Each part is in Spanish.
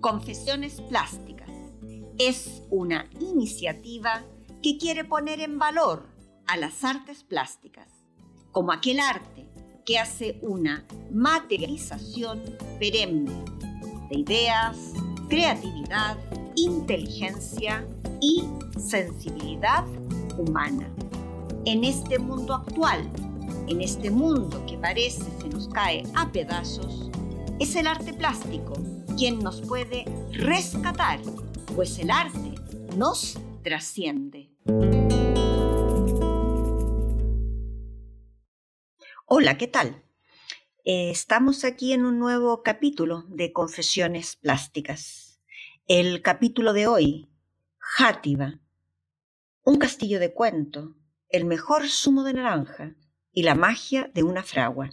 Confesiones Plásticas es una iniciativa que quiere poner en valor a las artes plásticas, como aquel arte que hace una materialización perenne de ideas, creatividad, inteligencia y sensibilidad humana. En este mundo actual, en este mundo que parece se nos cae a pedazos, es el arte plástico quien nos puede rescatar, pues el arte nos trasciende. Hola, ¿qué tal? Estamos aquí en un nuevo capítulo de Confesiones Plásticas. El capítulo de hoy, Játiva, un castillo de cuento, el mejor zumo de naranja y la magia de una fragua.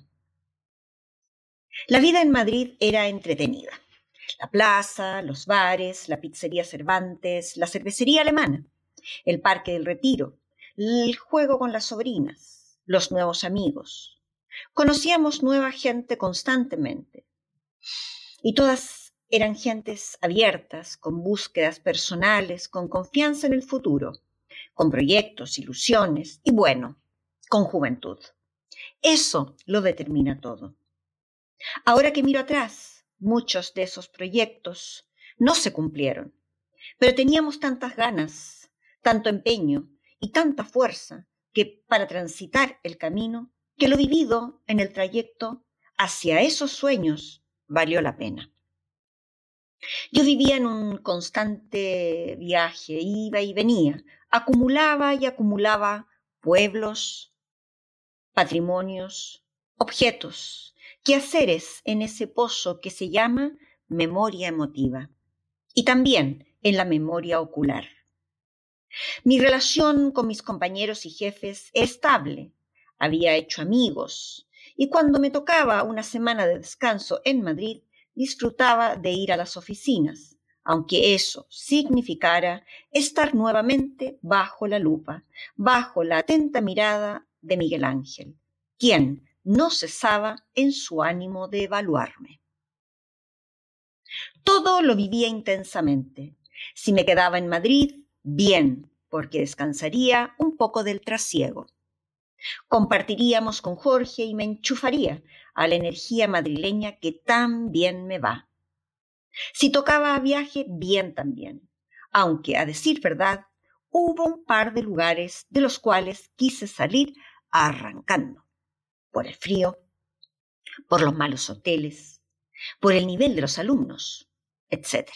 La vida en Madrid era entretenida. La plaza, los bares, la pizzería Cervantes, la cervecería alemana, el Parque del Retiro, el juego con las sobrinas, los nuevos amigos. Conocíamos nueva gente constantemente. Y todas eran gentes abiertas, con búsquedas personales, con confianza en el futuro, con proyectos, ilusiones y, bueno, con juventud. Eso lo determina todo. Ahora que miro atrás, muchos de esos proyectos no se cumplieron, pero teníamos tantas ganas, tanto empeño y tanta fuerza para transitar el camino, que lo vivido en el trayecto hacia esos sueños valió la pena. Yo vivía en un constante viaje, iba y venía, acumulaba y acumulaba pueblos, patrimonios, objetos, quehaceres en ese pozo que se llama memoria emotiva y también en la memoria ocular. Mi relación con mis compañeros y jefes era estable, había hecho amigos y cuando me tocaba una semana de descanso en Madrid, disfrutaba de ir a las oficinas, aunque eso significara estar nuevamente bajo la lupa, bajo la atenta mirada de Miguel Ángel, quien no cesaba en su ánimo de evaluarme. Todo lo vivía intensamente. Si me quedaba en Madrid, bien, porque descansaría un poco del trasiego. Compartiríamos con Jorge y me enchufaría a la energía madrileña que tan bien me va. Si tocaba viaje, bien también, aunque, a decir verdad, hubo un par de lugares de los cuales quise salir arrancando. Por el frío, por los malos hoteles, por el nivel de los alumnos, etc.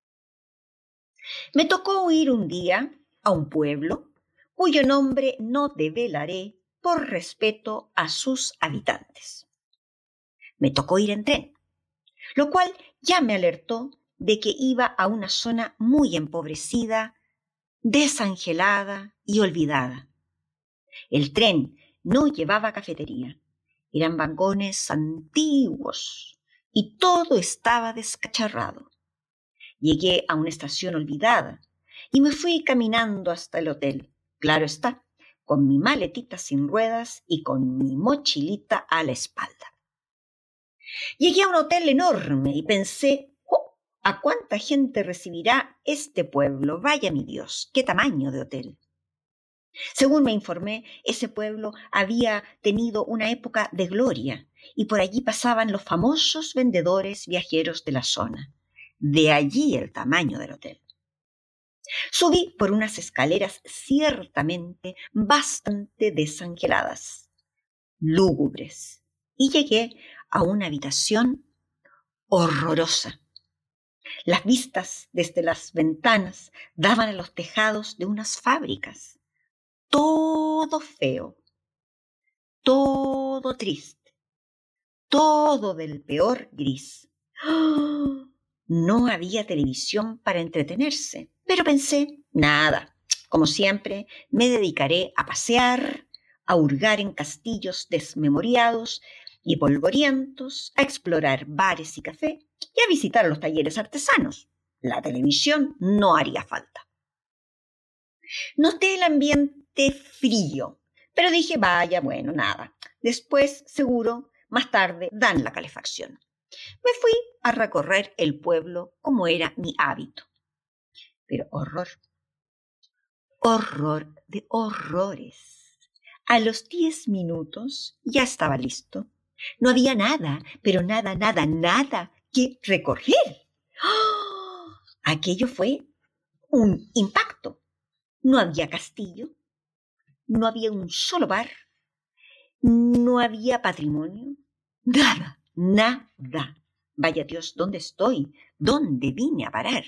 Me tocó ir un día a un pueblo cuyo nombre no develaré por respeto a sus habitantes. Me tocó ir en tren, lo cual ya me alertó de que iba a una zona muy empobrecida, desangelada y olvidada. El tren no llevaba cafetería. Eran vagones antiguos y todo estaba descacharrado. Llegué a una estación olvidada y me fui caminando hasta el hotel. Claro está, con mi maletita sin ruedas y con mi mochilita a la espalda. Llegué a un hotel enorme y pensé, ¿a cuánta gente recibirá este pueblo? Vaya mi Dios, qué tamaño de hotel. Según me informé, ese pueblo había tenido una época de gloria y por allí pasaban los famosos vendedores viajeros de la zona. De allí el tamaño del hotel. Subí por unas escaleras ciertamente bastante desangeladas, lúgubres, y llegué a una habitación horrorosa. Las vistas desde las ventanas daban a los tejados de unas fábricas. Todo feo, todo triste, todo del peor gris. No había televisión para entretenerse, pero pensé, nada, como siempre, me dedicaré a pasear, a hurgar en castillos desmemoriados y polvorientos, a explorar bares y café y a visitar los talleres artesanos. La televisión no haría falta. Noté el ambiente frío, pero dije, vaya, bueno, nada. Después, seguro, más tarde, dan la calefacción. Me fui a recorrer el pueblo como era mi hábito. Pero horror de horrores. A los 10 minutos ya estaba listo. No había nada, pero nada que recorrer. ¡Oh! Aquello fue un impacto. No había castillo, no había un solo bar, no había patrimonio, nada. Vaya Dios, ¿dónde estoy? ¿Dónde vine a parar?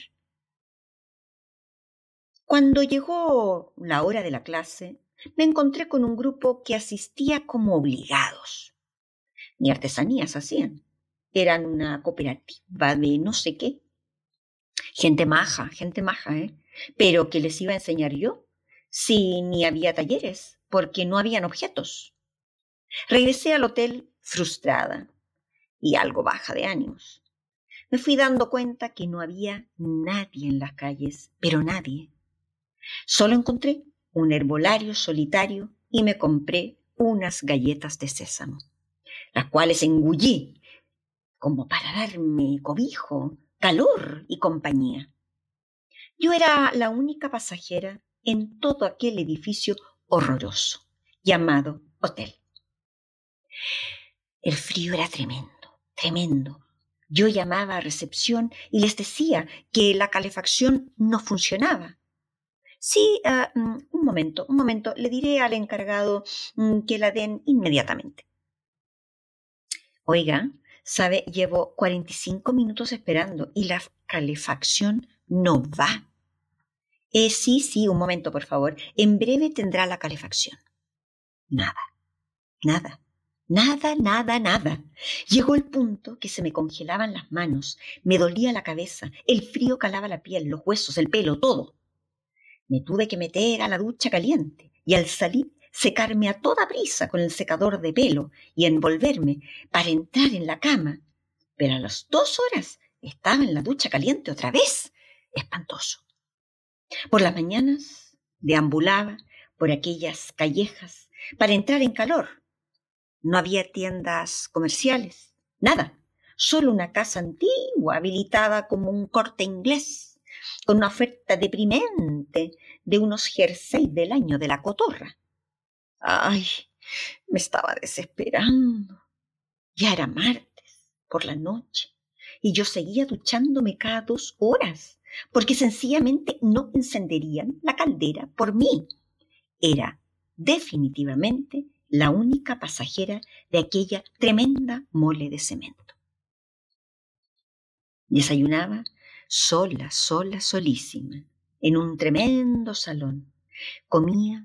Cuando llegó la hora de la clase, me encontré con un grupo que asistía como obligados. Ni artesanías hacían. Eran una cooperativa de no sé qué. Gente maja, ¿eh? Pero ¿qué les iba a enseñar yo? Si ni había talleres, porque no habían objetos. Regresé al hotel frustrada y algo baja de ánimos. Me fui dando cuenta que no había nadie en las calles, pero nadie. Solo encontré un herbolario solitario y me compré unas galletas de sésamo, las cuales engullí como para darme cobijo, calor y compañía. Yo era la única pasajera en todo aquel edificio horroroso llamado hotel. El frío era tremendo. Yo llamaba a recepción y les decía que la calefacción no funcionaba. Sí, un momento, le diré al encargado que la den inmediatamente. Oiga, ¿sabe? Llevo 45 minutos esperando y la calefacción no va. Sí, un momento, por favor. En breve tendrá la calefacción. Nada. Llegó el punto que se me congelaban las manos, me dolía la cabeza, el frío calaba la piel, los huesos, el pelo, todo. Me tuve que meter a la ducha caliente y al salir secarme a toda prisa con el secador de pelo y envolverme para entrar en la cama. Pero a las 2 horas estaba en la ducha caliente otra vez. Espantoso. Por las mañanas deambulaba por aquellas callejas para entrar en calor. No había tiendas comerciales, nada, solo una casa antigua habilitada como un Corte Inglés, con una oferta deprimente de unos jerseys del año de la cotorra. Ay, me estaba desesperando. Ya era martes, por la noche, y yo seguía duchándome cada 2 horas, porque sencillamente no encenderían la caldera por mí. Era definitivamente la única pasajera de aquella tremenda mole de cemento. Desayunaba solísima, en un tremendo salón. Comía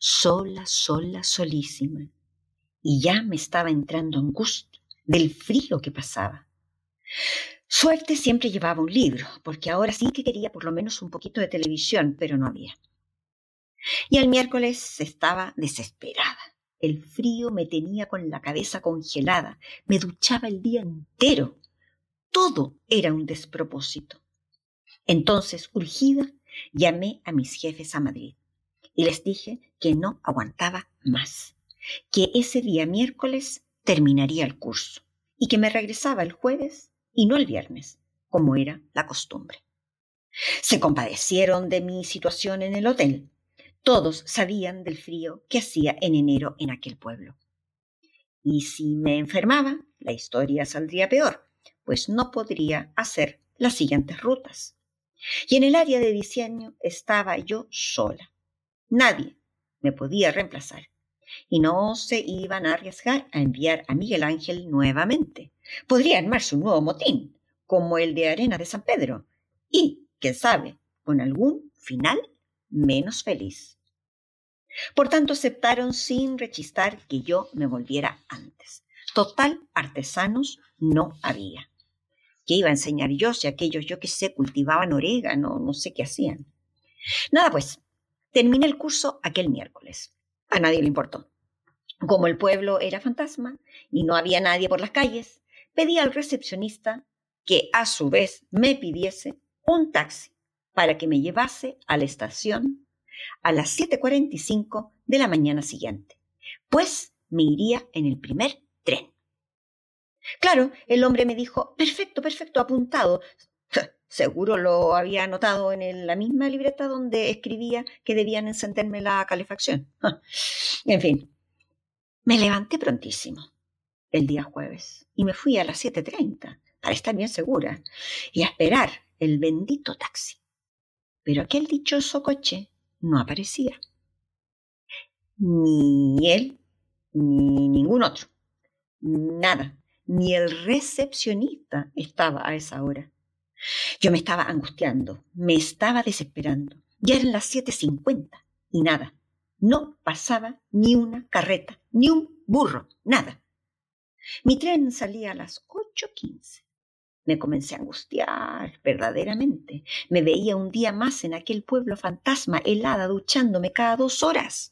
solísima. Y ya me estaba entrando angustia del frío que pasaba. Suerte siempre llevaba un libro, porque ahora sí que quería por lo menos un poquito de televisión, pero no había. Y el miércoles estaba desesperada. El frío me tenía con la cabeza congelada. Me duchaba el día entero. Todo era un despropósito. Entonces, urgida, llamé a mis jefes a Madrid y les dije que no aguantaba más, que ese día miércoles terminaría el curso y que me regresaba el jueves y no el viernes, como era la costumbre. Se compadecieron de mi situación en el hotel. Todos sabían del frío que hacía en enero en aquel pueblo. Y si me enfermaba, la historia saldría peor, pues no podría hacer las siguientes rutas. Y en el área de diseño estaba yo sola. Nadie me podía reemplazar. Y no se iban a arriesgar a enviar a Miguel Ángel nuevamente. Podría armarse un nuevo motín, como el de Arena de San Pedro. Y, quién sabe, con algún final menos feliz. Por tanto, aceptaron sin rechistar que yo me volviera antes. Total, artesanos no había. ¿Qué iba a enseñar yo si aquellos, yo que sé, cultivaban orégano, no sé qué hacían? Nada, pues, terminé el curso aquel miércoles. A nadie le importó. Como el pueblo era fantasma y no había nadie por las calles, pedí al recepcionista que a su vez me pidiese un taxi para que me llevase a la estación a las 7:45 de la mañana siguiente, pues me iría en el primer tren. Claro, el hombre me dijo, perfecto, perfecto, apuntado. Seguro lo había anotado en la misma libreta donde escribía que debían encenderme la calefacción. En fin, me levanté prontísimo el día jueves y me fui a las 7:30 para estar bien segura y a esperar el bendito taxi. Pero aquel dichoso coche no aparecía. Ni él, ni ningún otro. Nada. Ni el recepcionista estaba a esa hora. Yo me estaba angustiando, me estaba desesperando. Ya eran las 7:50 y nada. No pasaba ni una carreta, ni un burro, nada. Mi tren salía a las 8:15. Me comencé a angustiar verdaderamente. Me veía un día más en aquel pueblo fantasma, helada, duchándome cada 2 horas.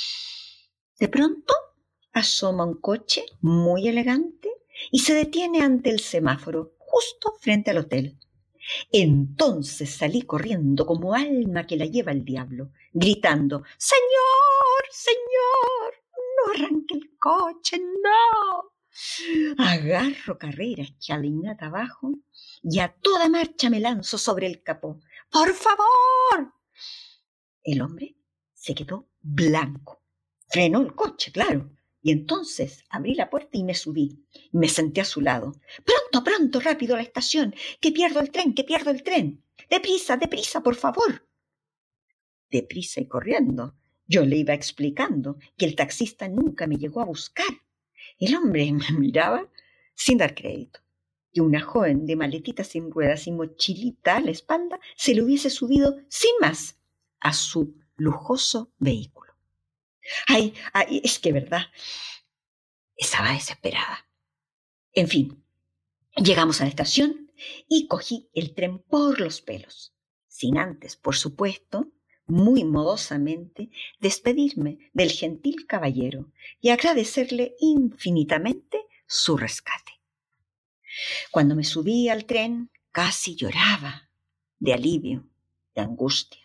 De pronto asoma un coche muy elegante y se detiene ante el semáforo, justo frente al hotel. Entonces salí corriendo como alma que la lleva el diablo, gritando, ¡Señor, señor! ¡No arranque el coche, no! Agarro carrera escalinata abajo y a toda marcha me lanzo sobre el capó. ¡Por favor! El hombre se quedó blanco. Frenó el coche, claro. Y entonces abrí la puerta y me subí. Me senté a su lado. Pronto, pronto, rápido a la estación. Que pierdo el tren, que pierdo el tren. Deprisa, deprisa, por favor. Deprisa y corriendo. Yo le iba explicando que el taxista nunca me llegó a buscar. El hombre me miraba sin dar crédito. Que una joven de maletita sin ruedas y mochilita a la espalda se le hubiese subido sin más a su lujoso vehículo. Ay, es que verdad, estaba desesperada. En fin, llegamos a la estación y cogí el tren por los pelos, sin antes, por supuesto, muy modosamente, despedirme del gentil caballero y agradecerle infinitamente su rescate. Cuando me subí al tren, casi lloraba de alivio, de angustia.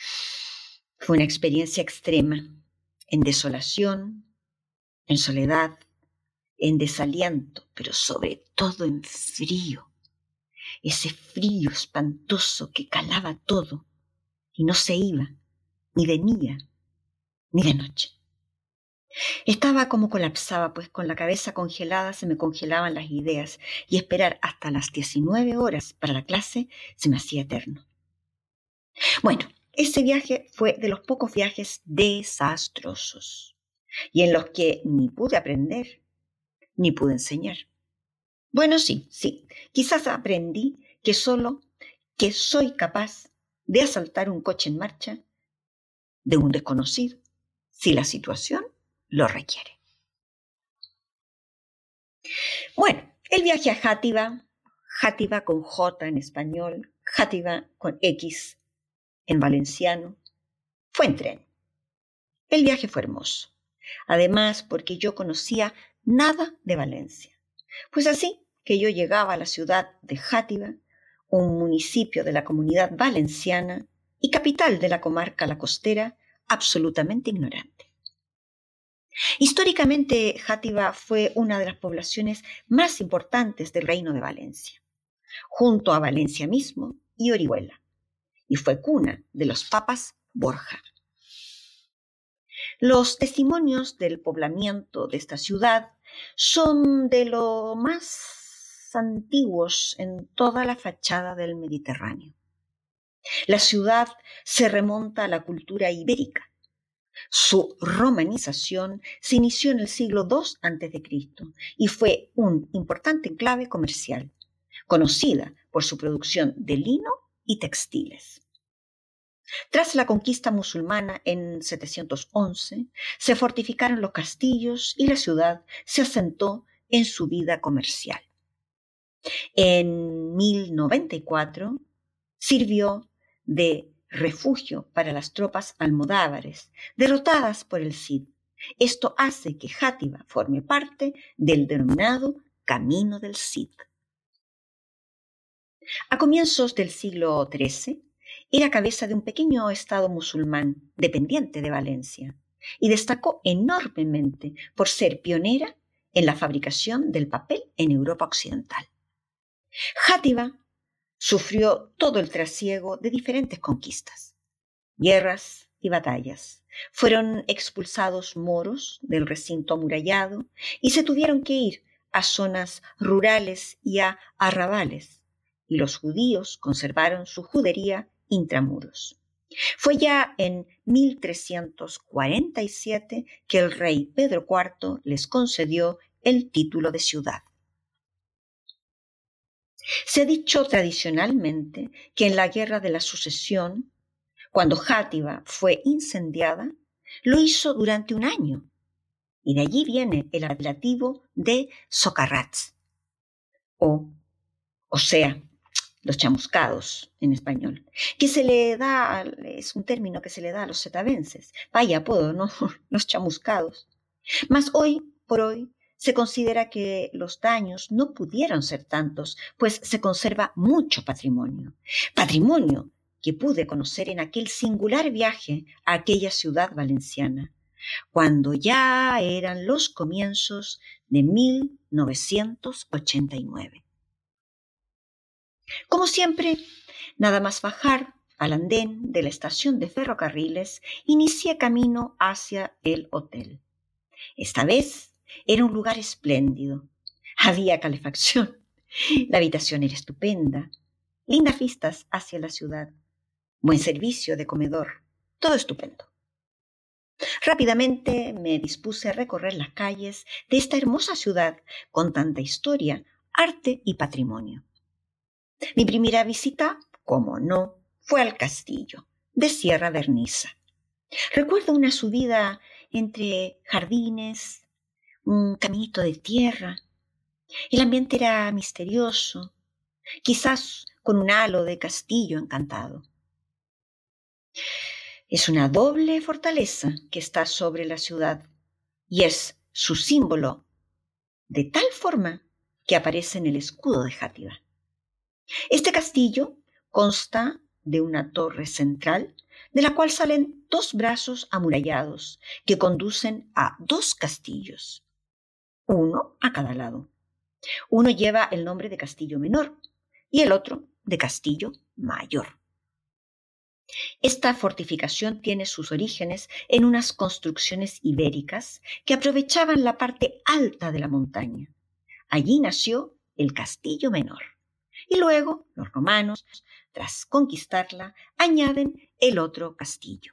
Fue una experiencia extrema, en desolación, en soledad, en desaliento, pero sobre todo en frío. Ese frío espantoso que calaba todo y no se iba, ni de día, ni de noche. Estaba como colapsaba, pues con la cabeza congelada se me congelaban las ideas y esperar hasta las 19 horas para la clase se me hacía eterno. Bueno, ese viaje fue de los pocos viajes desastrosos y en los que ni pude aprender ni pude enseñar. Bueno, sí, quizás aprendí que soy capaz de asaltar un coche en marcha de un desconocido si la situación lo requiere. Bueno, el viaje a Játiva con J en español, Játiva con X en valenciano, fue en tren. El viaje fue hermoso, además porque yo conocía nada de Valencia. Pues así que yo llegaba a la ciudad de Játiva, un municipio de la Comunidad Valenciana y capital de la comarca La Costera, absolutamente ignorante. Históricamente, Játiva fue una de las poblaciones más importantes del Reino de Valencia, junto a Valencia mismo y Orihuela, y fue cuna de los papas Borja. Los testimonios del poblamiento de esta ciudad son de lo más antiguos en toda la fachada del Mediterráneo. La ciudad se remonta a la cultura ibérica. Su romanización se inició en el siglo II a.C. y fue un importante enclave comercial, conocida por su producción de lino y textiles. Tras la conquista musulmana en 711, se fortificaron los castillos y la ciudad se asentó en su vida comercial. En 1094 sirvió de refugio para las tropas almodávares derrotadas por el Cid. Esto hace que Játiva forme parte del denominado Camino del Cid. A comienzos del siglo XIII, era cabeza de un pequeño estado musulmán dependiente de Valencia y destacó enormemente por ser pionera en la fabricación del papel en Europa Occidental. Játiva sufrió todo el trasiego de diferentes conquistas, guerras y batallas. Fueron expulsados moros del recinto amurallado y se tuvieron que ir a zonas rurales y a arrabales, y los judíos conservaron su judería intramuros. Fue ya en 1347 que el rey Pedro IV les concedió el título de ciudad. Se ha dicho tradicionalmente que en la Guerra de la Sucesión, cuando Játiva fue incendiada, lo hizo durante un año, y de allí viene el apelativo de socarrats, o sea, los chamuscados en español, que se le da, es un término que se le da a los setavenses. Vaya apodo, ¿no? Los chamuscados. Mas hoy por hoy se considera que los daños no pudieron ser tantos, pues se conserva mucho patrimonio. Patrimonio que pude conocer en aquel singular viaje a aquella ciudad valenciana, cuando ya eran los comienzos de 1989. Como siempre, nada más bajar al andén de la estación de ferrocarriles, inicié camino hacia el hotel. Esta vez era un lugar espléndido. Había calefacción. La habitación era estupenda. Lindas vistas hacia la ciudad. Buen servicio de comedor. Todo estupendo. Rápidamente me dispuse a recorrer las calles de esta hermosa ciudad con tanta historia, arte y patrimonio. Mi primera visita, como no, fue al castillo de Sierra Vernissa. Recuerdo una subida entre jardines, un caminito de tierra. El ambiente era misterioso, quizás con un halo de castillo encantado. Es una doble fortaleza que está sobre la ciudad y es su símbolo de tal forma que aparece en el escudo de Játiva. Este castillo consta de una torre central de la cual salen dos brazos amurallados que conducen a dos castillos, uno a cada lado. Uno lleva el nombre de Castillo Menor y el otro de Castillo Mayor. Esta fortificación tiene sus orígenes en unas construcciones ibéricas que aprovechaban la parte alta de la montaña. Allí nació el Castillo Menor. Y luego los romanos, tras conquistarla, añaden el otro castillo,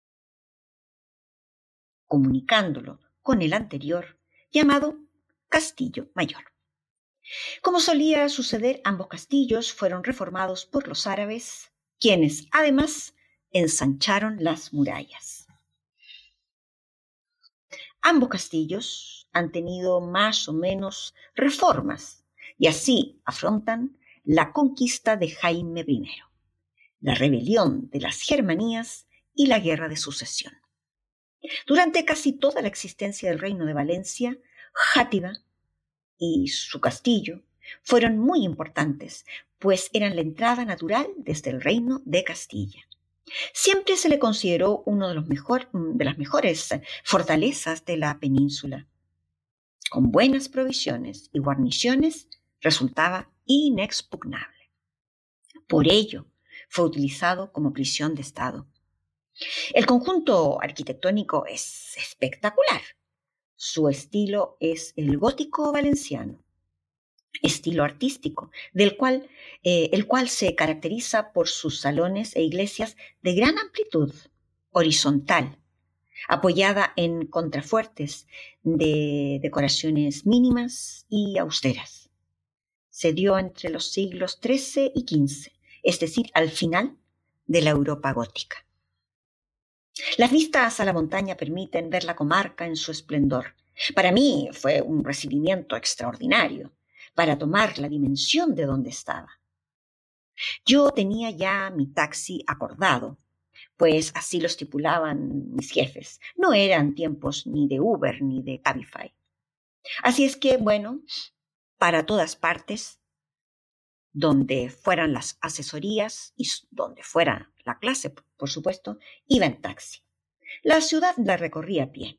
comunicándolo con el anterior, llamado Castillo Mayor. Como solía suceder, ambos castillos fueron reformados por los árabes, quienes además ensancharon las murallas. Ambos castillos han tenido más o menos reformas y así afrontan la conquista de Jaime I, la rebelión de las Germanías y la Guerra de Sucesión. Durante casi toda la existencia del Reino de Valencia, Játiva y su castillo fueron muy importantes, pues eran la entrada natural desde el Reino de Castilla. Siempre se le consideró uno de las mejores fortalezas de la península. Con buenas provisiones y guarniciones, resultaba inexpugnable. Por ello, fue utilizado como prisión de Estado. El conjunto arquitectónico es espectacular. Su estilo es el gótico valenciano, estilo artístico, el cual se caracteriza por sus salones e iglesias de gran amplitud, horizontal, apoyada en contrafuertes de decoraciones mínimas y austeras. Se dio entre los siglos XIII y XV, es decir, al final de la Europa gótica. Las vistas a la montaña permiten ver la comarca en su esplendor. Para mí fue un recibimiento extraordinario para tomar la dimensión de donde estaba. Yo tenía ya mi taxi acordado, pues así lo estipulaban mis jefes. No eran tiempos ni de Uber ni de Cabify. Así es que, bueno, para todas partes, donde fueran las asesorías y donde fuera la clase, por supuesto, iba en taxi. La ciudad la recorrí a pie.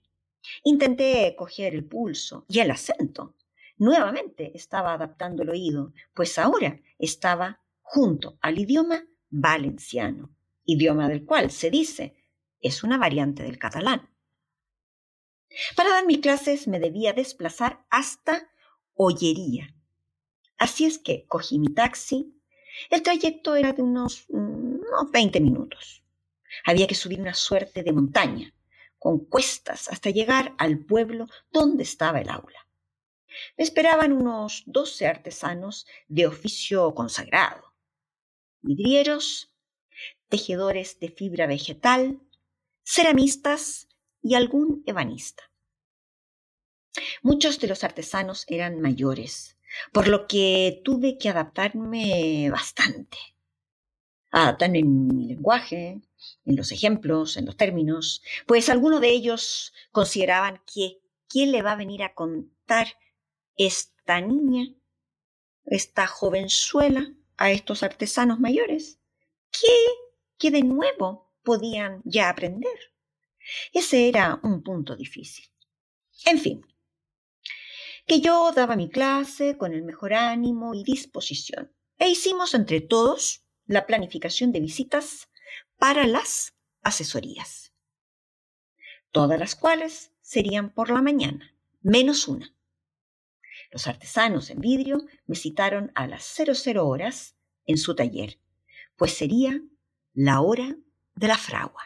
Intenté coger el pulso y el acento. Nuevamente estaba adaptando el oído, pues ahora estaba junto al idioma valenciano, idioma del cual se dice es una variante del catalán. Para dar mis clases me debía desplazar hasta Ollería. Así es que cogí mi taxi. El trayecto era de unos 20 minutos. Había que subir una suerte de montaña, con cuestas hasta llegar al pueblo donde estaba el aula. Me esperaban unos 12 artesanos de oficio consagrado, vidrieros, tejedores de fibra vegetal, ceramistas y algún ebanista. Muchos de los artesanos eran mayores, por lo que tuve que adaptarme bastante. Adaptarme en mi lenguaje, en los ejemplos, en los términos, pues algunos de ellos consideraban que ¿quién le va a venir a contar esta niña, esta jovenzuela, a estos artesanos mayores? ¿Qué de nuevo podían ya aprender? Ese era un punto difícil. En fin, que yo daba mi clase con el mejor ánimo y disposición, e hicimos entre todos la planificación de visitas para las asesorías, todas las cuales serían por la mañana, menos una. Los artesanos en vidrio me citaron a las 00 horas en su taller, pues sería la hora de la fragua.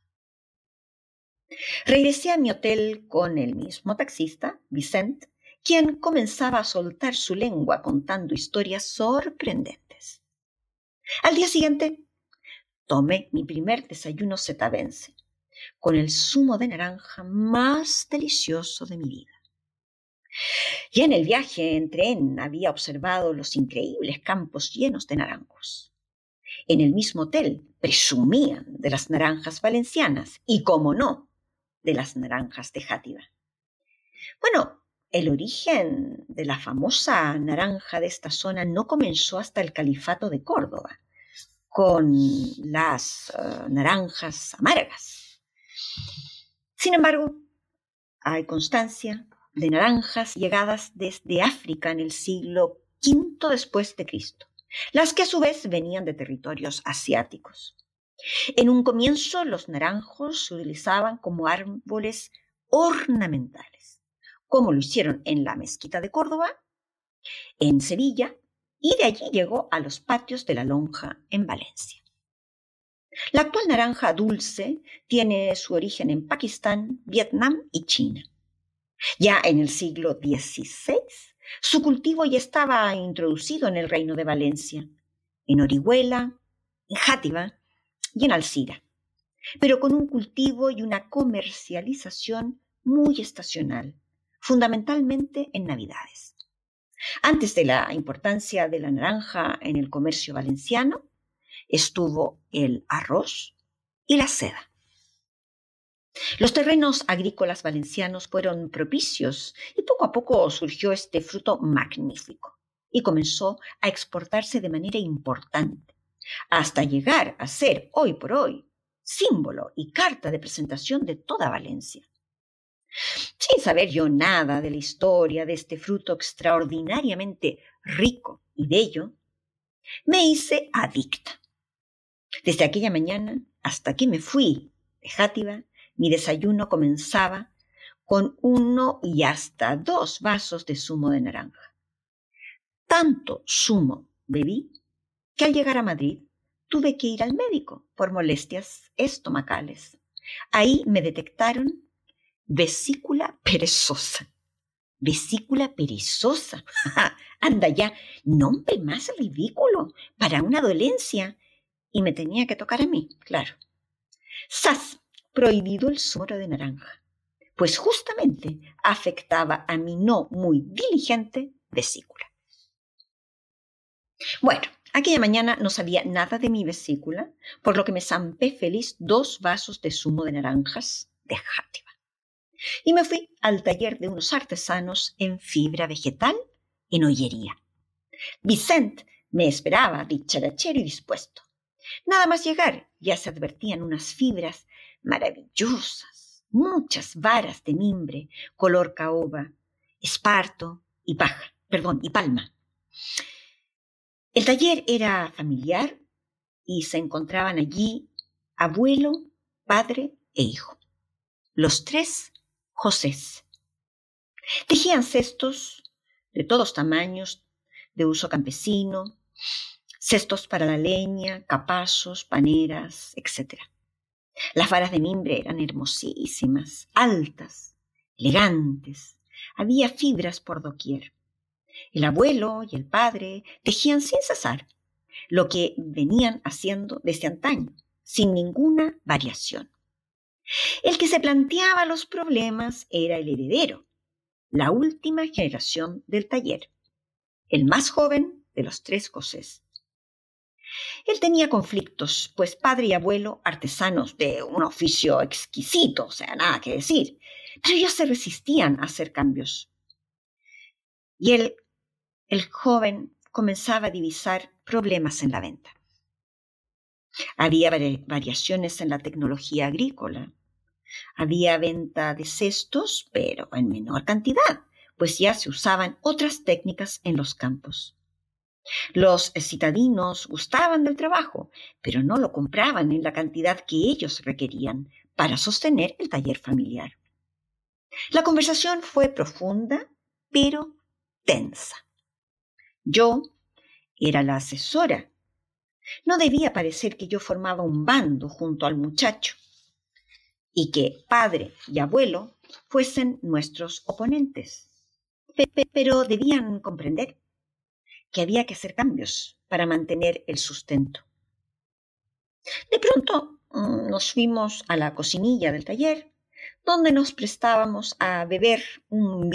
Regresé a mi hotel con el mismo taxista, Vicent, quien comenzaba a soltar su lengua contando historias sorprendentes. Al día siguiente, tomé mi primer desayuno setavense, con el zumo de naranja más delicioso de mi vida. Ya en el viaje en tren había observado los increíbles campos llenos de naranjos. En el mismo hotel presumían de las naranjas valencianas y, como no, de las naranjas de Játiva. Bueno, el origen de la famosa naranja de esta zona no comenzó hasta el Califato de Córdoba, con las naranjas amargas. Sin embargo, hay constancia de naranjas llegadas desde África en el siglo V después de Cristo, las que a su vez venían de territorios asiáticos. En un comienzo, los naranjos se utilizaban como árboles ornamentales, como lo hicieron en la Mezquita de Córdoba, en Sevilla, y de allí llegó a los patios de la Lonja en Valencia. La actual naranja dulce tiene su origen en Pakistán, Vietnam y China. Ya en el siglo XVI, su cultivo ya estaba introducido en el Reino de Valencia, en Orihuela, en Játiva y en Alcira, pero con un cultivo y una comercialización muy estacional, fundamentalmente en Navidades. Antes de la importancia de la naranja en el comercio valenciano, estuvo el arroz y la seda. Los terrenos agrícolas valencianos fueron propicios y poco a poco surgió este fruto magnífico y comenzó a exportarse de manera importante, hasta llegar a ser hoy por hoy símbolo y carta de presentación de toda Valencia. Sin saber yo nada de la historia de este fruto extraordinariamente rico y bello, me hice adicta. Desde aquella mañana hasta que me fui de Játiva, mi desayuno comenzaba con 1 y hasta 2 vasos de zumo de naranja. Tanto zumo bebí que al llegar a Madrid tuve que ir al médico por molestias estomacales. Ahí me detectaron vesícula perezosa. Vesícula perezosa. Anda ya, nombre más ridículo para una dolencia. Y me tenía que tocar a mí, claro. ¡Sas! Prohibido el zumo de naranja, pues justamente afectaba a mi no muy diligente vesícula. Bueno, aquella mañana no sabía nada de mi vesícula, por lo que me zampé feliz 2 vasos de zumo de naranjas de Játiva. Y me fui al taller de unos artesanos en fibra vegetal en Ollería. Vicent me esperaba dicharachero y dispuesto. Nada más llegar, ya se advertían unas fibras maravillosas, muchas varas de mimbre, color caoba, esparto y palma. El taller era familiar y se encontraban allí abuelo, padre e hijo. Los tres Josés. Tejían cestos de todos tamaños, de uso campesino, cestos para la leña, capazos, paneras, etc. Las varas de mimbre eran hermosísimas, altas, elegantes. Había fibras por doquier. El abuelo y el padre tejían sin cesar, lo que venían haciendo desde antaño, sin ninguna variación. El que se planteaba los problemas era el heredero, la última generación del taller, el más joven de los tres Josés. Él tenía conflictos, pues padre y abuelo, artesanos de un oficio exquisito, o sea, nada que decir, pero ellos se resistían a hacer cambios. Y el joven comenzaba a divisar problemas en la venta. Había variaciones en la tecnología agrícola. Había venta de cestos, pero en menor cantidad, pues ya se usaban otras técnicas en los campos. Los citadinos gustaban del trabajo, pero no lo compraban en la cantidad que ellos requerían para sostener el taller familiar. La conversación fue profunda, pero tensa. Yo era la asesora. No debía parecer que yo formaba un bando junto al muchacho y que padre y abuelo fuesen nuestros oponentes. Pero debían comprender que había que hacer cambios para mantener el sustento. De pronto nos fuimos a la cocinilla del taller, donde nos prestábamos a beber un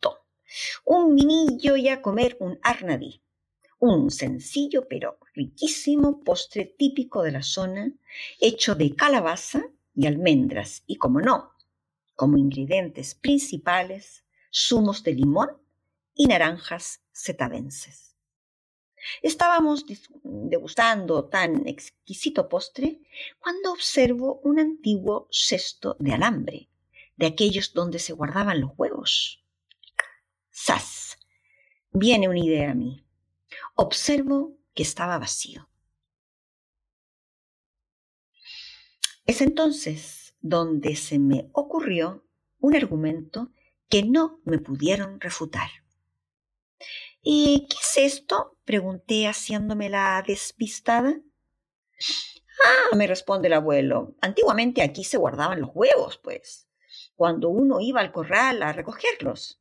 vinillo y a comer un arnadí, un sencillo pero riquísimo postre típico de la zona, hecho de calabaza y almendras y, como no, como ingredientes principales, zumos de limón y naranjas setavenses. Estábamos degustando tan exquisito postre cuando observo un antiguo cesto de alambre, de aquellos donde se guardaban los huevos. ¡Zas! Viene una idea a mí. Observo que estaba vacío. Es entonces donde se me ocurrió un argumento que no me pudieron refutar. ¿Y qué es esto?, pregunté haciéndome la despistada. Me responde el abuelo, antiguamente aquí se guardaban los huevos, pues, cuando uno iba al corral a recogerlos.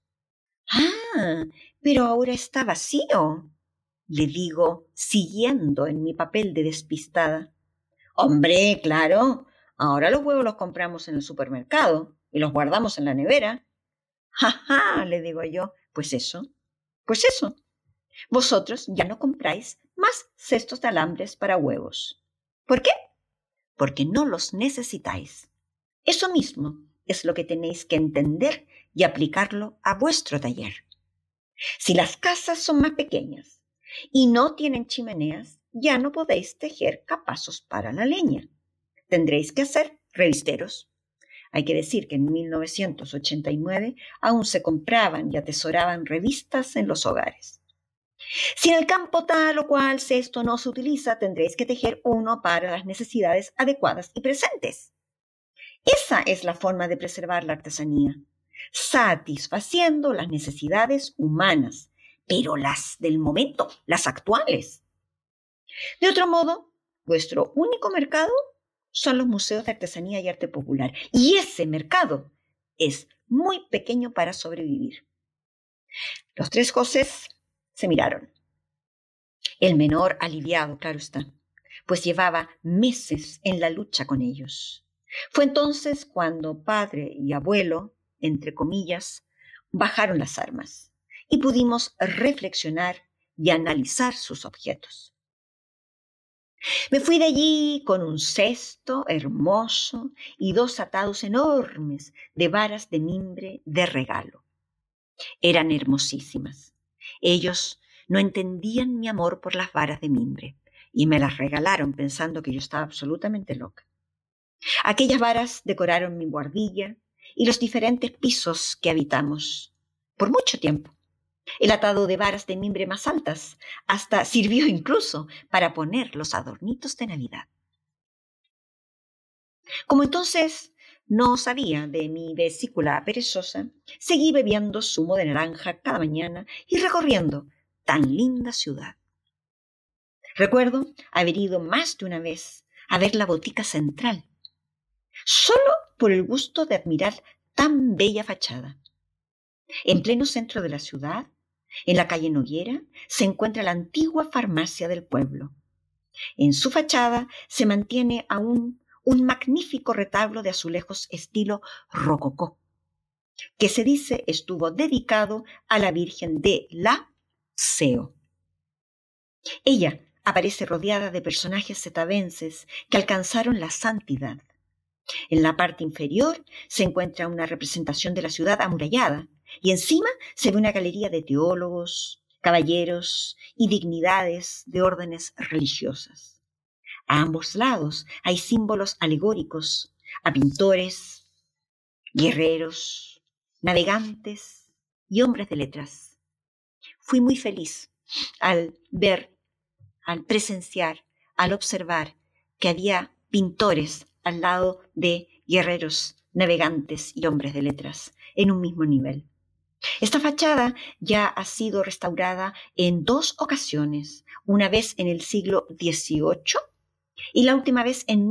Pero ahora está vacío, le digo, siguiendo en mi papel de despistada. Hombre, claro, ahora los huevos los compramos en el supermercado y los guardamos en la nevera. Le digo yo, pues eso. Vosotros ya no compráis más cestos de alambres para huevos. ¿Por qué? Porque no los necesitáis. Eso mismo es lo que tenéis que entender y aplicarlo a vuestro taller. Si las casas son más pequeñas y no tienen chimeneas, ya no podéis tejer capazos para la leña. Tendréis que hacer revisteros. Hay que decir que en 1989 aún se compraban y atesoraban revistas en los hogares. Si en el campo tal o cual cesto no se utiliza, tendréis que tejer uno para las necesidades adecuadas y presentes. Esa es la forma de preservar la artesanía, satisfaciendo las necesidades humanas, pero las del momento, las actuales. De otro modo, vuestro único mercado son los museos de artesanía y arte popular, y ese mercado es muy pequeño para sobrevivir. Los tres Josés se miraron. El menor aliviado, claro está, pues llevaba meses en la lucha con ellos. Fue entonces cuando padre y abuelo, entre comillas, bajaron las armas y pudimos reflexionar y analizar sus objetos. Me fui de allí con un cesto hermoso y 2 atados enormes de varas de mimbre de regalo. Eran hermosísimas. Ellos no entendían mi amor por las varas de mimbre y me las regalaron pensando que yo estaba absolutamente loca. Aquellas varas decoraron mi buhardilla y los diferentes pisos que habitamos por mucho tiempo. El atado de varas de mimbre más altas hasta sirvió incluso para poner los adornitos de Navidad. Como entonces no sabía de mi vesícula perezosa, seguí bebiendo zumo de naranja cada mañana y recorriendo tan linda ciudad. Recuerdo haber ido más de una vez a ver la botica central, solo por el gusto de admirar tan bella fachada. En pleno centro de la ciudad, en la calle Noguera, se encuentra la antigua farmacia del pueblo. En su fachada se mantiene aún un magnífico retablo de azulejos estilo rococó, que se dice estuvo dedicado a la Virgen de la Seo. Ella aparece rodeada de personajes setavenses que alcanzaron la santidad. En la parte inferior se encuentra una representación de la ciudad amurallada y encima se ve una galería de teólogos, caballeros y dignidades de órdenes religiosas. A ambos lados hay símbolos alegóricos a pintores, guerreros, navegantes y hombres de letras. Fui muy feliz al ver, al presenciar, al observar que había pintores al lado de guerreros, navegantes y hombres de letras en un mismo nivel. Esta fachada ya ha sido restaurada en 2 ocasiones, una vez en el siglo XVIII y la última vez en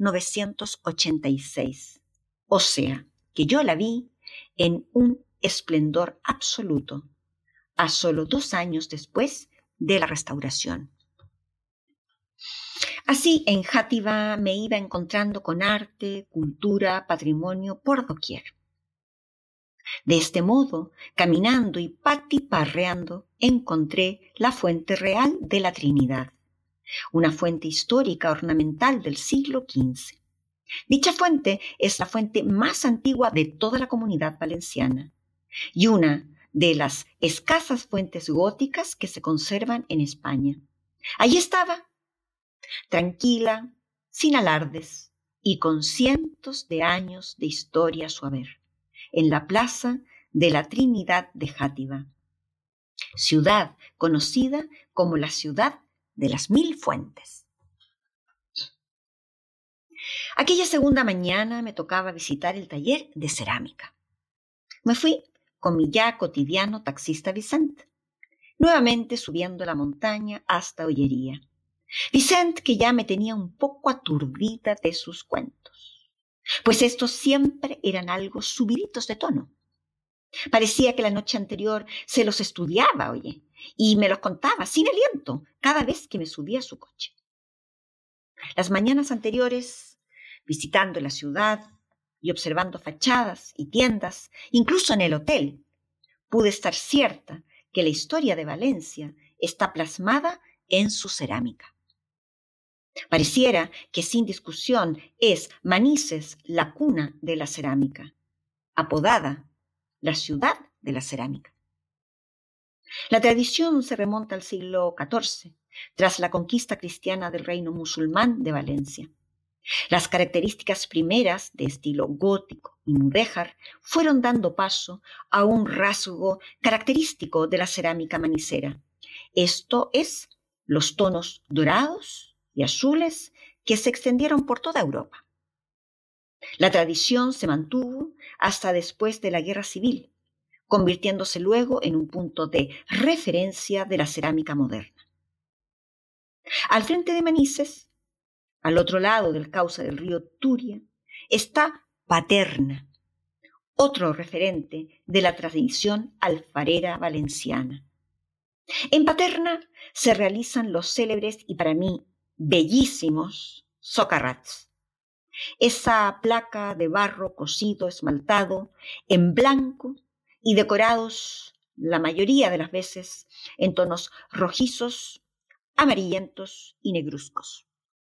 1986. O sea, que yo la vi en un esplendor absoluto, a solo 2 años después de la restauración. Así, en Játiva me iba encontrando con arte, cultura, patrimonio por doquier. De este modo, caminando y patiparreando, encontré la fuente real de la Trinidad, una fuente histórica ornamental del siglo XV. Dicha fuente es la fuente más antigua de toda la Comunidad Valenciana y una de las escasas fuentes góticas que se conservan en España. Allí estaba, tranquila, sin alardes y con cientos de años de historia a su haber, en la plaza de la Trinidad de Játiva, ciudad conocida como la ciudad de las 1000 fuentes. Aquella segunda mañana me tocaba visitar el taller de cerámica. Me fui con mi ya cotidiano taxista Vicente, nuevamente subiendo la montaña hasta Ollería. Vicente, que ya me tenía un poco aturdida de sus cuentos, pues estos siempre eran algo subiditos de tono. Parecía que la noche anterior se los estudiaba, y me los contaba sin aliento cada vez que me subía a su coche. Las mañanas anteriores, visitando la ciudad y observando fachadas y tiendas, incluso en el hotel, pude estar cierta que la historia de Valencia está plasmada en su cerámica. Pareciera que sin discusión es Manises la cuna de la cerámica, apodada la ciudad de la cerámica. La tradición se remonta al siglo XIV, tras la conquista cristiana del reino musulmán de Valencia. Las características primeras de estilo gótico y mudéjar fueron dando paso a un rasgo característico de la cerámica manicera. Esto es, los tonos dorados y azules que se extendieron por toda Europa. La tradición se mantuvo hasta después de la Guerra Civil, convirtiéndose luego en un punto de referencia de la cerámica moderna. Al frente de Manises, al otro lado del cauce del río Turia, está Paterna, otro referente de la tradición alfarera valenciana. En Paterna se realizan los célebres y para mí bellísimos socarrats, esa placa de barro cocido, esmaltado en blanco y decorados la mayoría de las veces en tonos rojizos, amarillentos y negruzcos,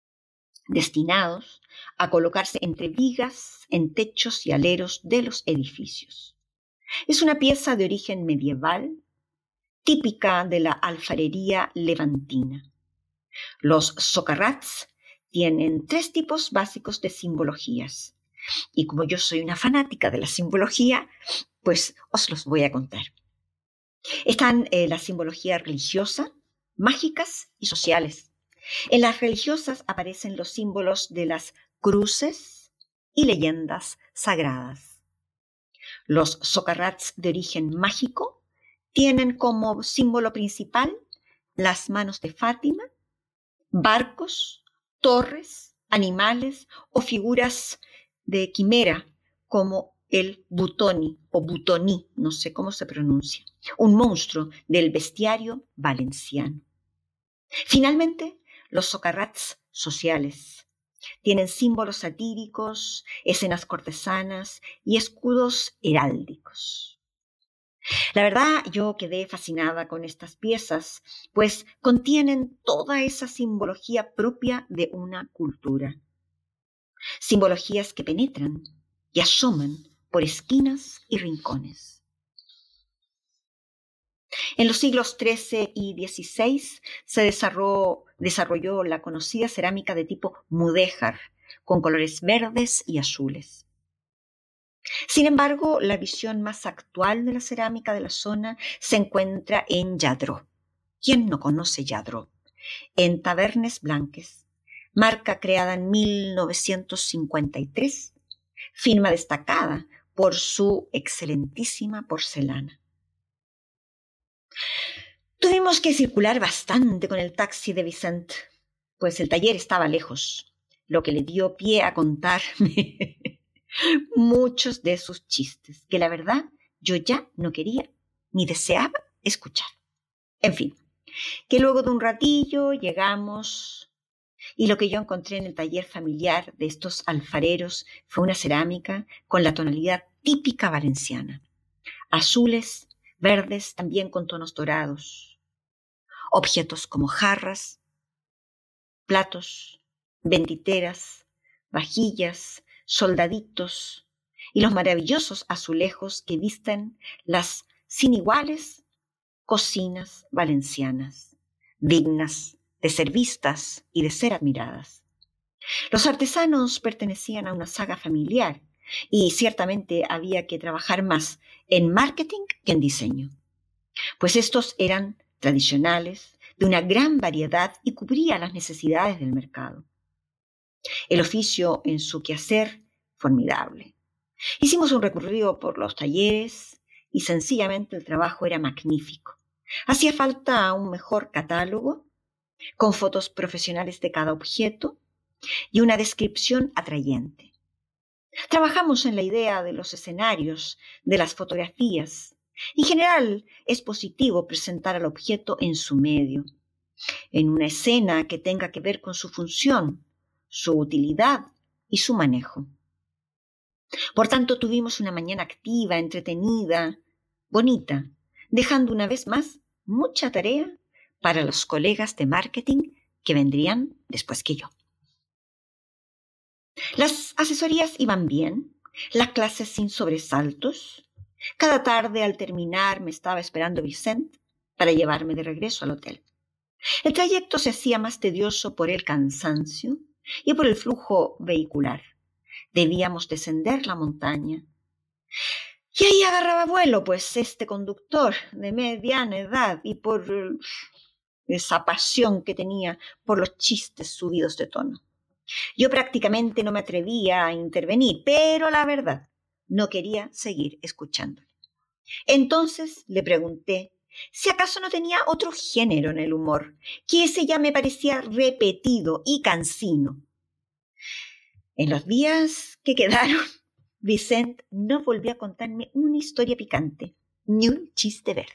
destinados a colocarse entre vigas en techos y aleros de los edificios. Es una pieza de origen medieval, típica de la alfarería levantina. Los socarrats tienen 3 tipos básicos de simbologías: Y como yo soy una fanática de la simbología, pues os los voy a contar. Están la simbología religiosa, mágicas y sociales. En las religiosas aparecen los símbolos de las cruces y leyendas sagradas. Los socarrats de origen mágico tienen como símbolo principal las manos de Fátima, barcos, torres, animales o figuras de quimera como el butoni o butoní, no sé cómo se pronuncia, un monstruo del bestiario valenciano. Finalmente, los socarrats sociales tienen símbolos satíricos, escenas cortesanas y escudos heráldicos. La verdad, yo quedé fascinada con estas piezas, pues contienen toda esa simbología propia de una cultura. Simbologías que penetran y asoman por esquinas y rincones. En los siglos XIII y XVI se desarrolló la conocida cerámica de tipo mudéjar, con colores verdes y azules. Sin embargo, la visión más actual de la cerámica de la zona se encuentra en Lladró. ¿Quién no conoce Lladró? En Tavernes Blanques, marca creada en 1953, firma destacada por su excelentísima porcelana. Tuvimos que circular bastante con el taxi de Vicent, pues el taller estaba lejos, lo que le dio pie a contarme muchos de sus chistes, que la verdad yo ya no quería ni deseaba escuchar. En fin, que luego de un ratillo llegamos y lo que yo encontré en el taller familiar de estos alfareros fue una cerámica con la tonalidad típica valenciana. Azules, verdes, también con tonos dorados. Objetos como jarras, platos, benditeras, vajillas, soldaditos y los maravillosos azulejos que visten las sin iguales cocinas valencianas, dignas de ser vistas y de ser admiradas. Los artesanos pertenecían a una saga familiar y ciertamente había que trabajar más en marketing que en diseño, pues estos eran tradicionales, de una gran variedad y cubría las necesidades del mercado. El oficio en su quehacer, formidable. Hicimos un recorrido por los talleres y sencillamente el trabajo era magnífico. Hacía falta un mejor catálogo, con fotos profesionales de cada objeto y una descripción atrayente. Trabajamos en la idea de los escenarios, de las fotografías. En general, es positivo presentar al objeto en su medio, en una escena que tenga que ver con su función, su utilidad y su manejo. Por tanto, tuvimos una mañana activa, entretenida, bonita, dejando una vez más mucha tarea para los colegas de marketing que vendrían después que yo. Las asesorías iban bien, las clases sin sobresaltos. Cada tarde al terminar me estaba esperando Vicent para llevarme de regreso al hotel. El trayecto se hacía más tedioso por el cansancio y por el flujo vehicular. Debíamos descender la montaña. Y ahí agarraba vuelo, pues este conductor de mediana edad y por esa pasión que tenía por los chistes subidos de tono. Yo prácticamente no me atrevía a intervenir, pero la verdad, no quería seguir escuchándole. Entonces le pregunté si acaso no tenía otro género en el humor, que ese ya me parecía repetido y cansino. En los días que quedaron, Vicent no volvió a contarme una historia picante, ni un chiste verde.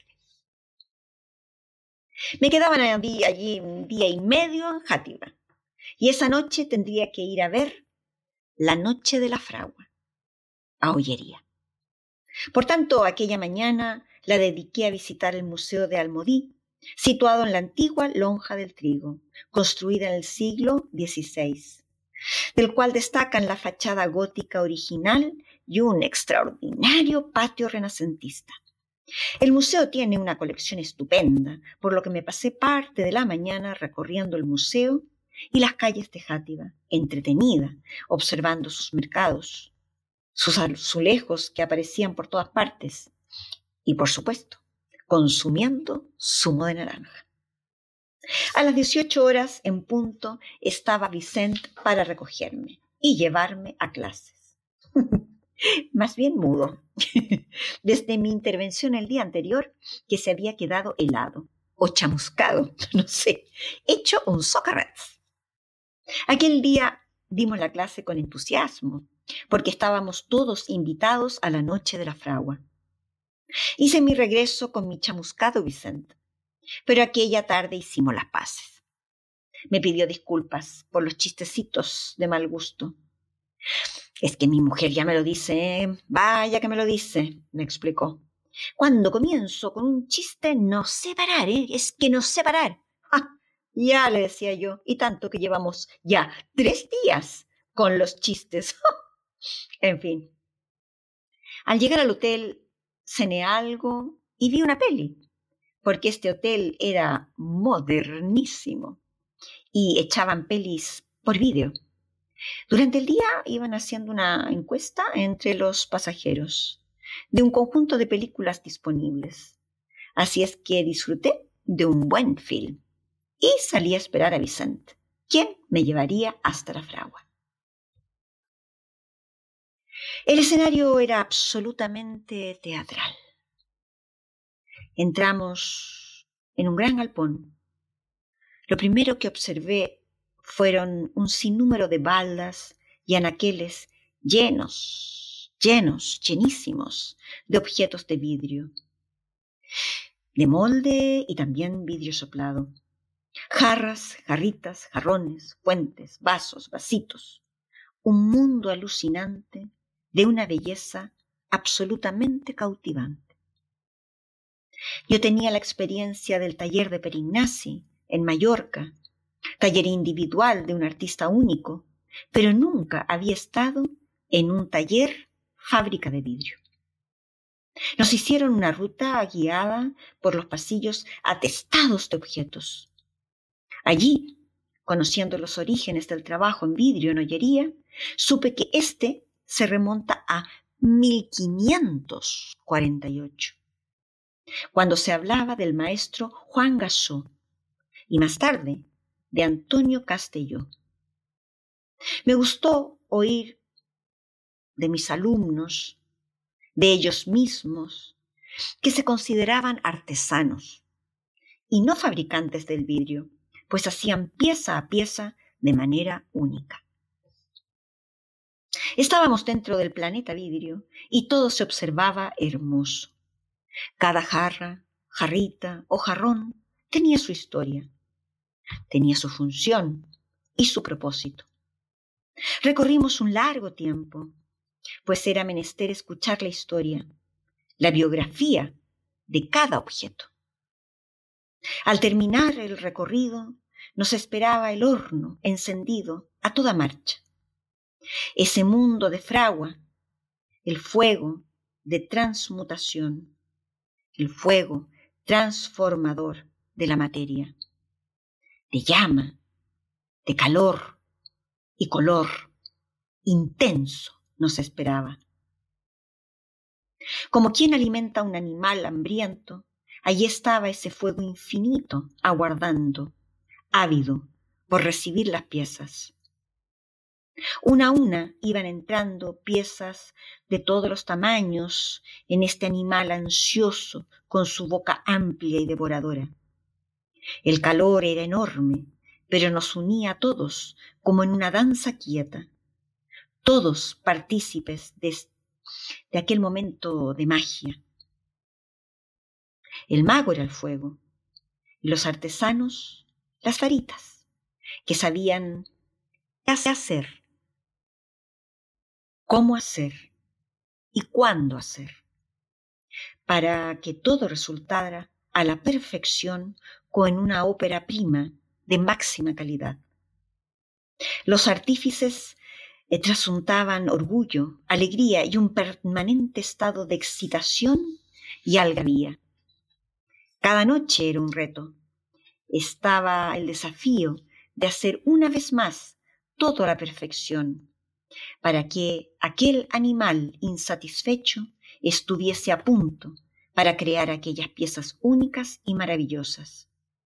Me quedaban allí un día y medio en Játiva, y esa noche tendría que ir a ver La Noche de la Fragua, a Ollería. Por tanto, aquella mañana la dediqué a visitar el Museo de Almodí, situado en la antigua Lonja del Trigo, construida en el siglo XVI, del cual destacan la fachada gótica original y un extraordinario patio renacentista. El museo tiene una colección estupenda, por lo que me pasé parte de la mañana recorriendo el museo y las calles de Játiva, entretenida, observando sus mercados, sus azulejos que aparecían por todas partes y, por supuesto, consumiendo zumo de naranja. A las 18 horas en punto estaba Vicente para recogerme y llevarme a clases. Más bien mudo, desde mi intervención el día anterior, que se había quedado helado o chamuscado, no sé, hecho un socarrats. Aquel día dimos la clase con entusiasmo, porque estábamos todos invitados a la noche de la fragua. Hice mi regreso con mi chamuscado Vicente, pero aquella tarde hicimos las paces. Me pidió disculpas por los chistecitos de mal gusto. Es que mi mujer ya me lo dice, ¿eh? Vaya que me lo dice, me explicó. Cuando comienzo con un chiste no sé parar, ¿eh? Es que no sé parar. ¡Ah! Ya le decía yo, y tanto que llevamos ya 3 días con los chistes. En fin. Al llegar al hotel cené algo y vi una peli, porque este hotel era modernísimo y echaban pelis por vídeo. Durante el día iban haciendo una encuesta entre los pasajeros de un conjunto de películas disponibles. Así es que disfruté de un buen film y salí a esperar a Vicente, quien me llevaría hasta la fragua. El escenario era absolutamente teatral. Entramos en un gran galpón. Lo primero que observé fueron un sinnúmero de baldas y anaqueles llenísimos de objetos de vidrio, de molde y también vidrio soplado. Jarras, jarritas, jarrones, fuentes, vasos, vasitos. Un mundo alucinante de una belleza absolutamente cautivante. Yo tenía la experiencia del taller de Perignasi en Mallorca, taller individual de un artista único, pero nunca había estado en un taller fábrica de vidrio. Nos hicieron una ruta guiada por los pasillos atestados de objetos. Allí, conociendo los orígenes del trabajo en vidrio en ollería, supe que este se remonta a 1548, cuando se hablaba del maestro Juan Gassó y más tarde de Antonio Castelló. Me gustó oír de mis alumnos, de ellos mismos, que se consideraban artesanos y no fabricantes del vidrio, pues hacían pieza a pieza de manera única. Estábamos dentro del planeta vidrio y todo se observaba hermoso. Cada jarra, jarrita o jarrón tenía su historia, tenía su función y su propósito. Recorrimos un largo tiempo, pues era menester escuchar la historia, la biografía de cada objeto. Al terminar el recorrido, nos esperaba el horno encendido a toda marcha. Ese mundo de fragua, el fuego de transmutación, el fuego transformador de la materia, de llama, de calor y color intenso nos esperaba. Como quien alimenta a un animal hambriento, allí estaba ese fuego infinito aguardando, ávido por recibir las piezas. Una a una iban entrando piezas de todos los tamaños en este animal ansioso con su boca amplia y devoradora. El calor era enorme, pero nos unía a todos como en una danza quieta, todos partícipes de aquel momento de magia. El mago era el fuego y los artesanos las varitas, que sabían qué hacer, cómo hacer y cuándo hacer, para que todo resultara a la perfección como en una ópera prima de máxima calidad. Los artífices trasuntaban orgullo, alegría y un permanente estado de excitación y algarabía. Cada noche era un reto. Estaba el desafío de hacer una vez más todo a la perfección, para que aquel animal insatisfecho estuviese a punto para crear aquellas piezas únicas y maravillosas.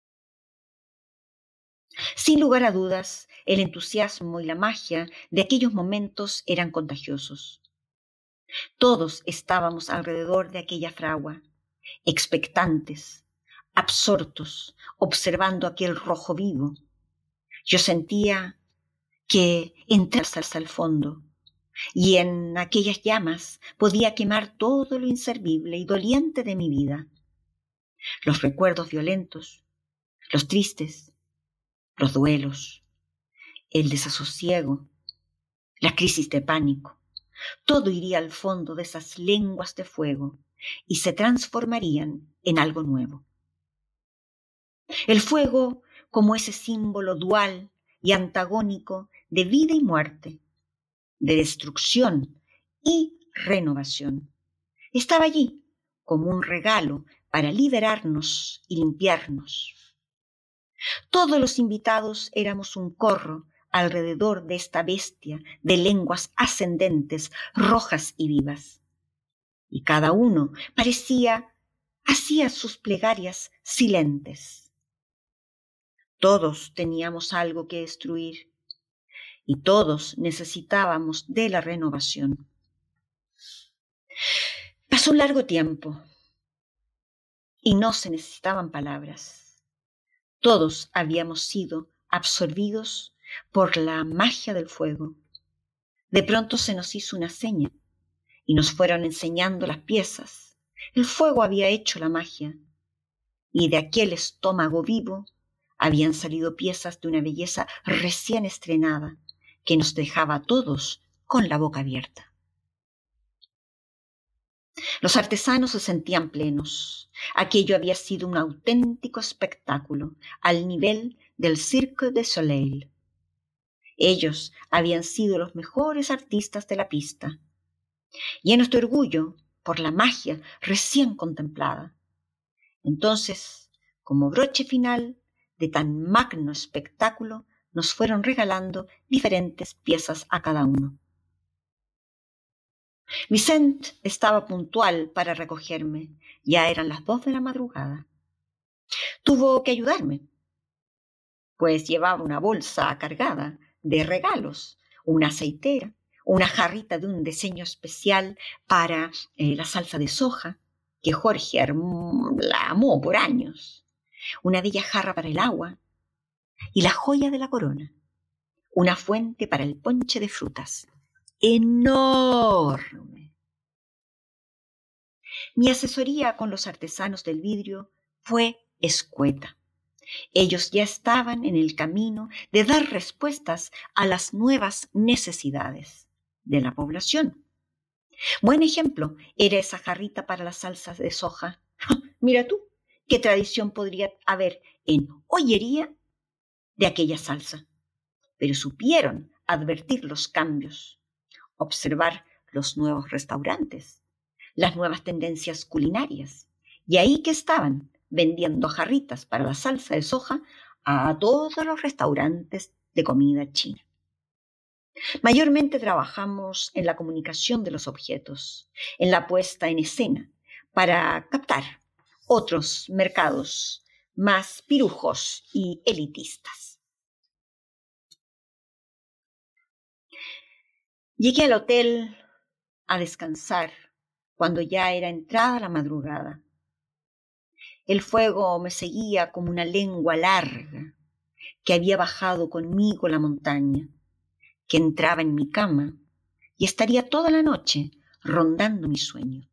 Sin lugar a dudas, el entusiasmo y la magia de aquellos momentos eran contagiosos. Todos estábamos alrededor de aquella fragua, expectantes, absortos, observando aquel rojo vivo. Yo sentía que entraba hasta el fondo, y en aquellas llamas podía quemar todo lo inservible y doliente de mi vida. Los recuerdos violentos, los tristes, los duelos, el desasosiego, la crisis de pánico. Todo iría al fondo de esas lenguas de fuego y se transformarían en algo nuevo. El fuego como ese símbolo dual y antagónico de vida y muerte, de destrucción y renovación. Estaba allí como un regalo para liberarnos y limpiarnos. Todos los invitados éramos un corro alrededor de esta bestia de lenguas ascendentes, rojas y vivas. Y cada uno hacía sus plegarias silentes. Todos teníamos algo que destruir y todos necesitábamos de la renovación. Pasó un largo tiempo y no se necesitaban palabras. Todos habíamos sido absorbidos por la magia del fuego. De pronto se nos hizo una seña y nos fueron enseñando las piezas. El fuego había hecho la magia y de aquel estómago vivo habían salido piezas de una belleza recién estrenada que nos dejaba a todos con la boca abierta. Los artesanos se sentían plenos. Aquello había sido un auténtico espectáculo al nivel del Cirque du Soleil. Ellos habían sido los mejores artistas de la pista. Llenos de orgullo por la magia recién contemplada. Entonces, como broche final de tan magno espectáculo, nos fueron regalando diferentes piezas a cada uno. Vicent estaba puntual para recogerme. Ya eran las 2 de la madrugada. Tuvo que ayudarme, pues llevaba una bolsa cargada de regalos, una aceitera, una jarrita de un diseño especial para la salsa de soja, que Jorge la amó por años, una bella jarra para el agua y la joya de la corona, una fuente para el ponche de frutas, enorme. Mi asesoría con los artesanos del vidrio fue escueta. Ellos ya estaban en el camino de dar respuestas a las nuevas necesidades de la población. Buen ejemplo era esa jarrita para las salsas de soja. Mira tú, qué tradición podría haber en Ollería de aquella salsa. Pero supieron advertir los cambios, observar los nuevos restaurantes, las nuevas tendencias culinarias. Y ahí que estaban vendiendo jarritas para la salsa de soja a todos los restaurantes de comida china. Mayormente trabajamos en la comunicación de los objetos, en la puesta en escena, para captar otros mercados más pirujos y elitistas. Llegué al hotel a descansar cuando ya era entrada la madrugada. El fuego me seguía como una lengua larga que había bajado conmigo la montaña, que entraba en mi cama y estaría toda la noche rondando mi sueño.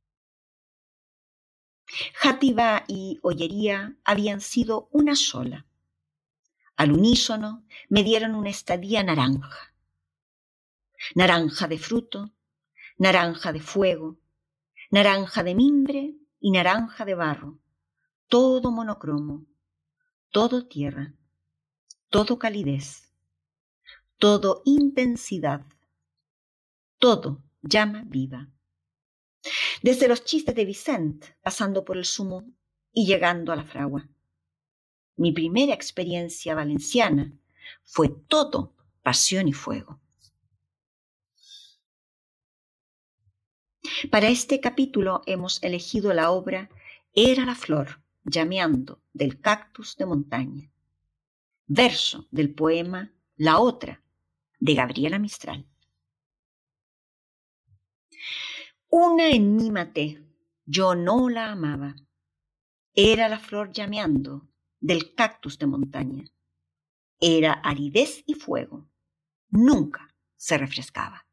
Játiva y Ollería habían sido una sola. Al unísono me dieron una estadía naranja. Naranja de fruto, naranja de fuego, naranja de mimbre y naranja de barro. Todo monocromo, todo tierra, todo calidez, todo intensidad, todo llama viva. Desde los chistes de Vicent, pasando por el sumo y llegando a la fragua. Mi primera experiencia valenciana fue todo pasión y fuego. Para este capítulo hemos elegido la obra Era la flor llameando del cactus de montaña, verso del poema La otra de Gabriela Mistral. Una en mí maté, yo no la amaba. Era la flor llameando del cactus de montaña. Era aridez y fuego, nunca se refrescaba.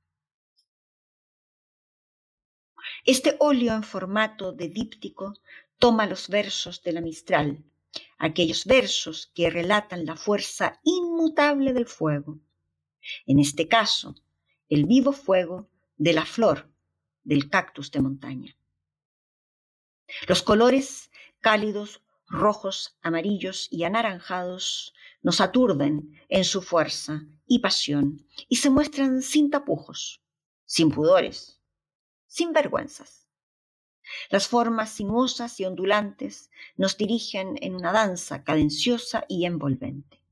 Este óleo en formato de díptico toma los versos de la Mistral, aquellos versos que relatan la fuerza inmutable del fuego. En este caso, el vivo fuego de la flor del cactus de montaña. Los colores cálidos, rojos, amarillos y anaranjados nos aturden en su fuerza y pasión y se muestran sin tapujos, sin pudores, sin vergüenzas. Las formas sinuosas y ondulantes nos dirigen en una danza cadenciosa y envolvente.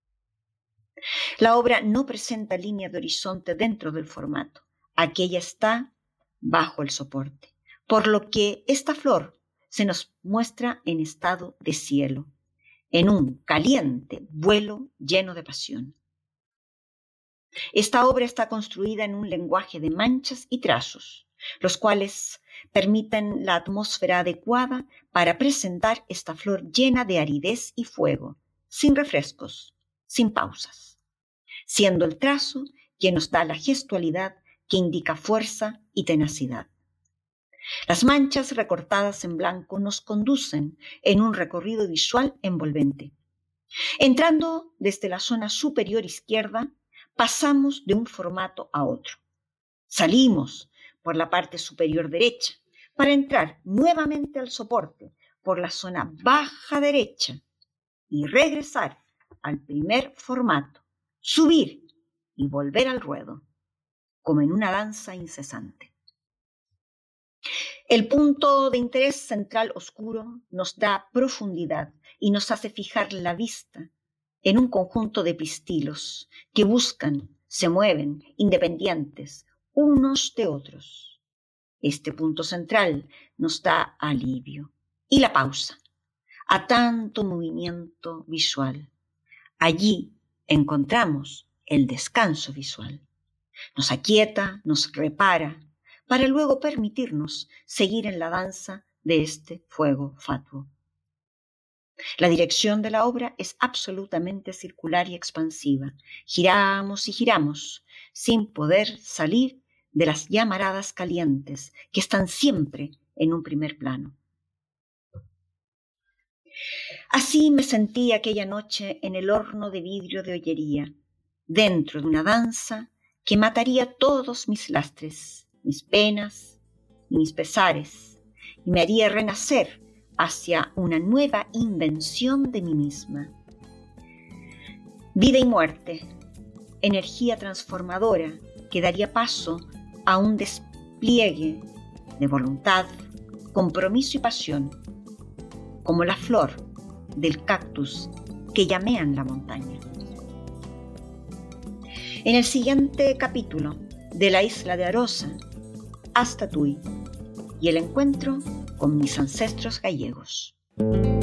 La obra no presenta línea de horizonte dentro del formato. Aquella está bajo el soporte, por lo que esta flor se nos muestra en estado de cielo, en un caliente vuelo lleno de pasión. Esta obra está construida en un lenguaje de manchas y trazos, los cuales permiten la atmósfera adecuada para presentar esta flor llena de aridez y fuego, sin refrescos, sin pausas, siendo el trazo quien nos da la gestualidad que indica fuerza y tenacidad. Las manchas recortadas en blanco nos conducen en un recorrido visual envolvente. Entrando desde la zona superior izquierda, pasamos de un formato a otro. Salimos por la parte superior derecha para entrar nuevamente al soporte por la zona baja derecha y regresar al primer formato, subir y volver al ruedo, como en una danza incesante. El punto de interés central oscuro nos da profundidad y nos hace fijar la vista en un conjunto de pistilos que buscan, se mueven, independientes, unos de otros. Este punto central nos da alivio y la pausa a tanto movimiento visual. Allí encontramos el descanso visual. Nos aquieta, nos repara, para luego permitirnos seguir en la danza de este fuego fatuo. La dirección de la obra es absolutamente circular y expansiva. Giramos y giramos sin poder salir de las llamaradas calientes que están siempre en un primer plano. Así me sentí aquella noche en el horno de vidrio de Ollería, dentro de una danza que mataría todos mis lastres, mis penas y mis pesares, y me haría renacer hacia una nueva invención de mí misma. Vida y muerte, energía transformadora que daría paso a un despliegue de voluntad, compromiso y pasión, como la flor del cactus que llamean la montaña. En el siguiente capítulo de la isla de Arosa, hasta Tui y el encuentro con mis ancestros gallegos.